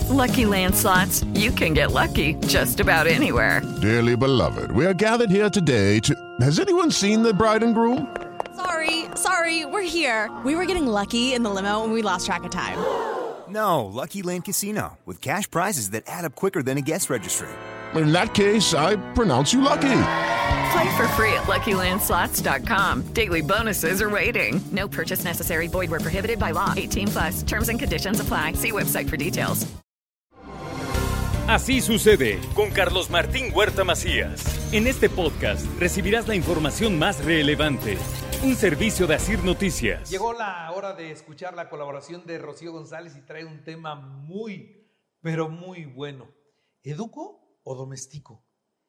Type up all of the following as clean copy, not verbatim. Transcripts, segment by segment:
Lucky Land Slots, you can get lucky just about anywhere. Dearly beloved, we are gathered here today to... Has anyone seen the bride and groom? Sorry, we're here. We were getting lucky in the limo and we lost track of time. No, Lucky Land Casino, with cash prizes that add up quicker than a guest registry. In that case, I pronounce you lucky. Play for free at LuckyLandSlots.com. Daily bonuses are waiting. No purchase necessary. Void where prohibited by law. 18+. Terms and conditions apply. See website for details. Así sucede con Carlos Martín Huerta Macías. En este podcast recibirás la información más relevante. Un servicio de Asir Noticias. Llegó la hora de escuchar la colaboración de Rocío González y trae un tema muy, pero muy bueno. ¿Educo o domestico?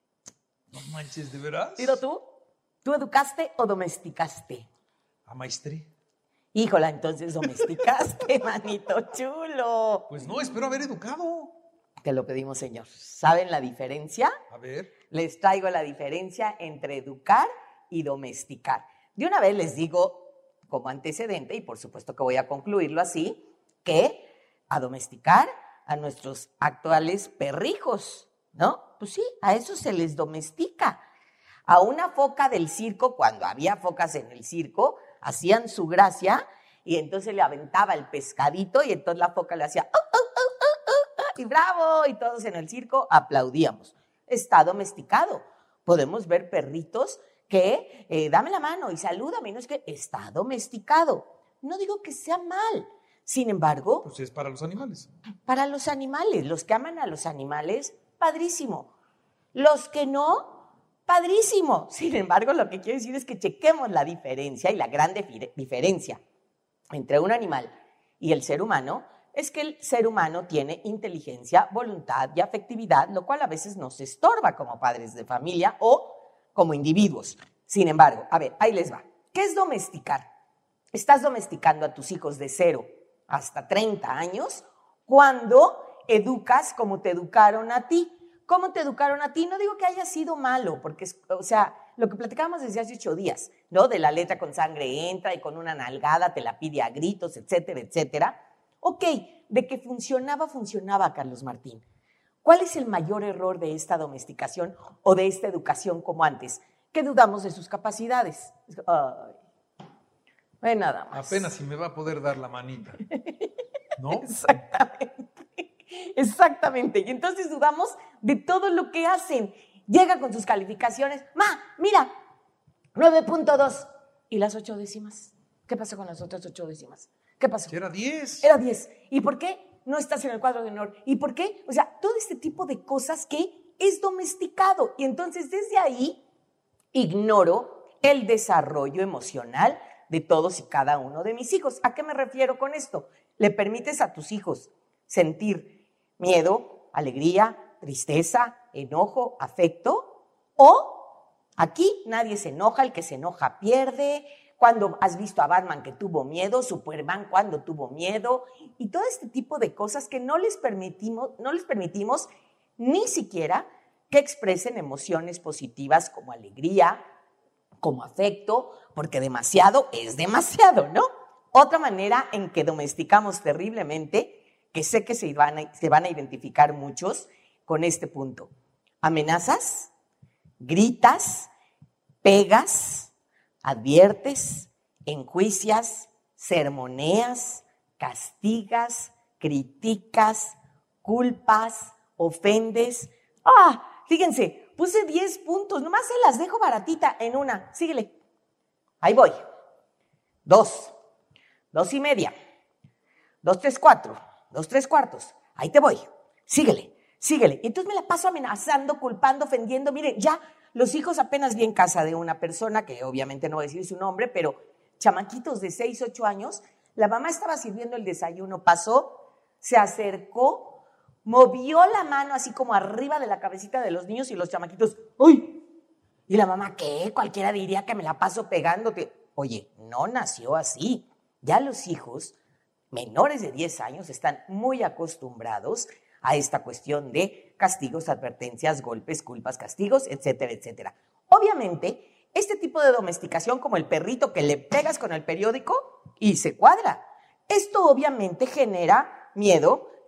No manches, ¿de veras? ¿Pero tú educaste o domesticaste? ¿Amaestré? Híjola, entonces domesticaste, manito chulo. Pues no, espero haber educado. Te lo pedimos, señor. ¿Saben la diferencia? A ver. Les traigo la diferencia entre educar y domesticar. De una vez les digo, como antecedente, y por supuesto que voy a concluirlo así, que a domesticar a nuestros actuales perrijos, ¿no? Pues sí, a eso se les domestica. A una foca del circo, cuando había focas en el circo, hacían su gracia y entonces le aventaba el pescadito y entonces la foca le hacía ¡oh, oh, oh, oh, oh! Y bravo, y todos en el circo aplaudíamos. Está domesticado. Podemos ver perritos que dame la mano y salúdame, no es que está domesticado. No digo que sea mal, sin embargo... Pues es para los animales. Para los animales, los que aman a los animales, padrísimo. Los que no, padrísimo. Sin embargo, lo que quiero decir es que chequemos la diferencia y la gran diferencia entre un animal y el ser humano es que el ser humano tiene inteligencia, voluntad y afectividad, lo cual a veces nos estorba como padres de familia o como individuos. Sin embargo, a ver, ahí les va. ¿Qué es domesticar? Estás domesticando a tus hijos de 0 hasta 30 años cuando educas como te educaron a ti. ¿Cómo te educaron a ti? No digo que haya sido malo, porque, lo que platicábamos desde hace 8 días, ¿no? De la letra con sangre entra y con una nalgada te la pide a gritos, etcétera, etcétera. Ok, de que funcionaba, Carlos Martín. ¿Cuál es el mayor error de esta domesticación o de esta educación como antes? Que dudamos de sus capacidades. Ay, nada más. Apenas si me va a poder dar la manita, ¿no? Exactamente. Y entonces dudamos de todo lo que hacen. Llega con sus calificaciones. Mira, 9.2. ¿Y las 8 décimas? ¿Qué pasó con las otras 8 décimas? ¿Qué pasó? Era 10. Era 10. ¿Y por qué no estás en el cuadro de honor? ¿Y por qué? O sea, todo este tipo de cosas que es domesticado. Y entonces desde ahí ignoro el desarrollo emocional de todos y cada uno de mis hijos. ¿A qué me refiero con esto? Le permites a tus hijos sentir miedo, alegría, tristeza, enojo, afecto, o aquí nadie se enoja, el que se enoja pierde. Cuando has visto a Batman que tuvo miedo, Superman cuando tuvo miedo, y todo este tipo de cosas que no les permitimos ni siquiera que expresen emociones positivas como alegría, como afecto, porque demasiado es demasiado, ¿no? Otra manera en que domesticamos terriblemente, que sé que se van a identificar muchos con este punto. Amenazas, gritas, pegas, adviertes, enjuicias, sermoneas, castigas, criticas, culpas, ofendes. Fíjense, puse 10 puntos, nomás se las dejo baratita en una. Síguele. Ahí voy. 2, 2.5, 2, 3, 4, 2, 3 cuartos. Ahí te voy. Síguele. Y entonces me la paso amenazando, culpando, ofendiendo. Miren, ya los hijos apenas vi en casa de una persona, que obviamente no voy a decir su nombre, pero chamaquitos de 6, 8 años, la mamá estaba sirviendo el desayuno, pasó, se acercó, movió la mano así como arriba de la cabecita de los niños y los chamaquitos, ¡ay! Y la mamá, ¿qué? Cualquiera diría que me la paso pegándote. Oye, no nació así. Ya los hijos menores de 10 años están muy acostumbrados a esta cuestión de castigos, advertencias, golpes, culpas, castigos, etcétera, etcétera. Obviamente, este tipo de domesticación, como el perrito que le pegas con el periódico y se cuadra, esto obviamente genera miedo,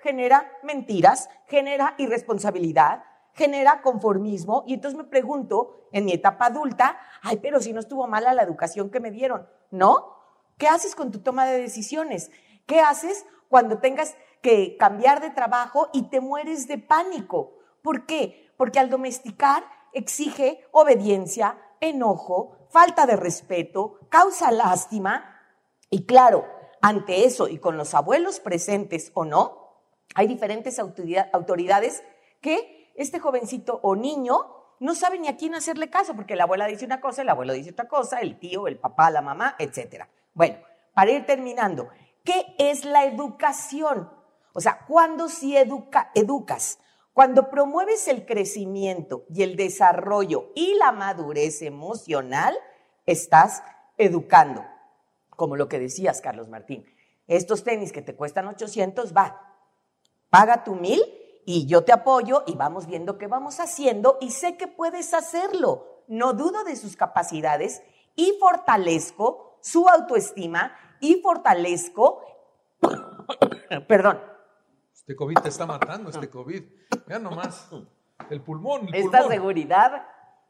genera mentiras, genera irresponsabilidad, genera conformismo. Y entonces me pregunto, en mi etapa adulta, ay, pero si no estuvo mala la educación que me dieron, ¿no? ¿Qué haces con tu toma de decisiones? ¿Qué haces cuando tengas que cambiar de trabajo y te mueres de pánico? ¿Por qué? Porque al domesticar exige obediencia, enojo, falta de respeto, causa lástima. Y claro, ante eso y con los abuelos presentes o no, hay diferentes autoridades que este jovencito o niño no sabe ni a quién hacerle caso, porque la abuela dice una cosa, el abuelo dice otra cosa, el tío, el papá, la mamá, etc. Bueno, para ir terminando, ¿qué es la educación? O sea, ¿cuándo sí educas? Cuando promueves el crecimiento y el desarrollo y la madurez emocional, estás educando. Como lo que decías, Carlos Martín. Estos tenis que te cuestan 800, paga tu 1,000 y yo te apoyo y vamos viendo qué vamos haciendo y sé que puedes hacerlo. No dudo de sus capacidades y fortalezco su autoestima y fortalezco, perdón. Este COVID te está matando, este COVID. Vean nomás, el pulmón. Esta seguridad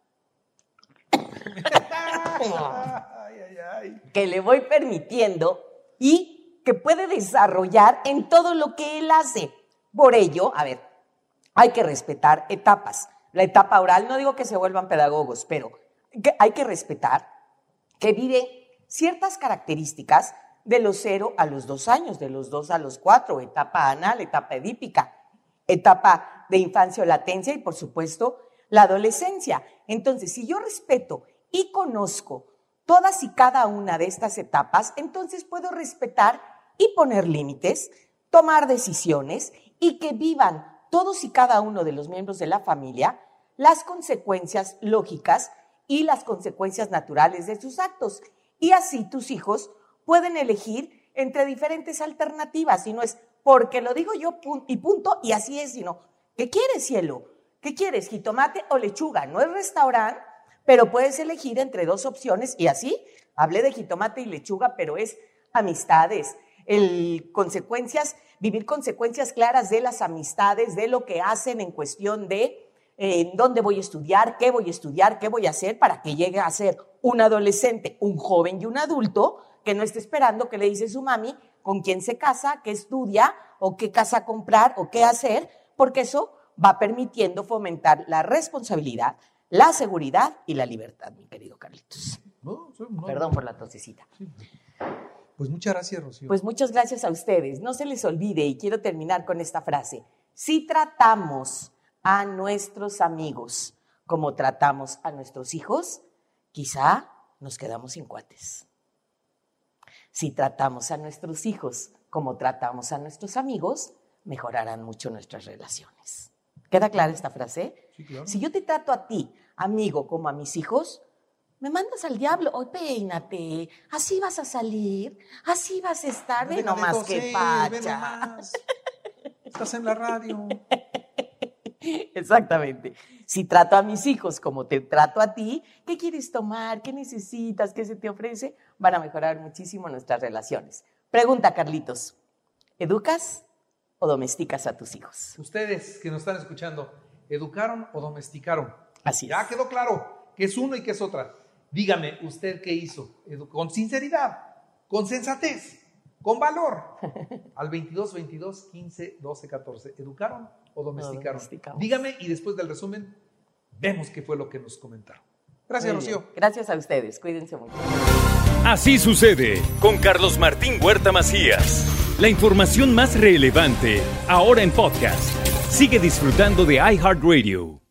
que le voy permitiendo y que puede desarrollar en todo lo que él hace. Por ello, a ver, hay que respetar etapas. La etapa oral, no digo que se vuelvan pedagogos, pero hay que respetar que vive ciertas características de los 0 a los 2 años, de los 2 a los 4, etapa anal, etapa edípica, etapa de infancia o latencia y, por supuesto, la adolescencia. Entonces, si yo respeto y conozco todas y cada una de estas etapas, entonces puedo respetar y poner límites, tomar decisiones y que vivan todos y cada uno de los miembros de la familia las consecuencias lógicas y las consecuencias naturales de sus actos. Y así tus hijos pueden elegir entre diferentes alternativas y no es porque lo digo yo y punto y así es, sino ¿qué quieres, cielo? ¿Qué quieres, jitomate o lechuga? No es restaurante, pero puedes elegir entre 2 opciones y así, hablé de jitomate y lechuga, pero es amistades, vivir consecuencias claras de las amistades, de lo que hacen en cuestión de dónde voy a estudiar, qué voy a hacer para que llegue a ser un adolescente, un joven y un adulto que no esté esperando que le dice su mami con quién se casa, qué estudia o qué casa comprar o qué hacer, porque eso va permitiendo fomentar la responsabilidad, la seguridad y la libertad, mi querido Carlitos. No. Perdón por la tosecita. Sí. Pues muchas gracias, Rocío. Pues muchas gracias a ustedes. No se les olvide, y quiero terminar con esta frase. Si tratamos a nuestros amigos como tratamos a nuestros hijos, quizá nos quedamos sin cuates. Si tratamos a nuestros hijos como tratamos a nuestros amigos, mejorarán mucho nuestras relaciones. ¿Queda clara esta frase? Sí, claro. Si yo te trato a ti, amigo, como a mis hijos, me mandas al diablo. Hoy peínate, así vas a salir, así vas a estar. Ve nomás que pacha. Estás en la radio. Exactamente. Si trato a mis hijos como te trato a ti, ¿qué quieres tomar? ¿Qué necesitas? ¿Qué se te ofrece? Van a mejorar muchísimo nuestras relaciones. Pregunta, Carlitos, ¿educas o domesticas a tus hijos? Ustedes que nos están escuchando, ¿educaron o domesticaron? Así es. Ya quedó claro que es uno y que es otra. Dígame, ¿usted qué hizo? Con sinceridad, con sensatez, con valor. Al 22 15 12 14. ¿Educaron o domesticaron? Dígame y después del resumen vemos qué fue lo que nos comentaron. Gracias, Rocío. Gracias a ustedes. Cuídense mucho. Así sucede con Carlos Martín Huerta Macías. La información más relevante ahora en podcast. Sigue disfrutando de iHeartRadio.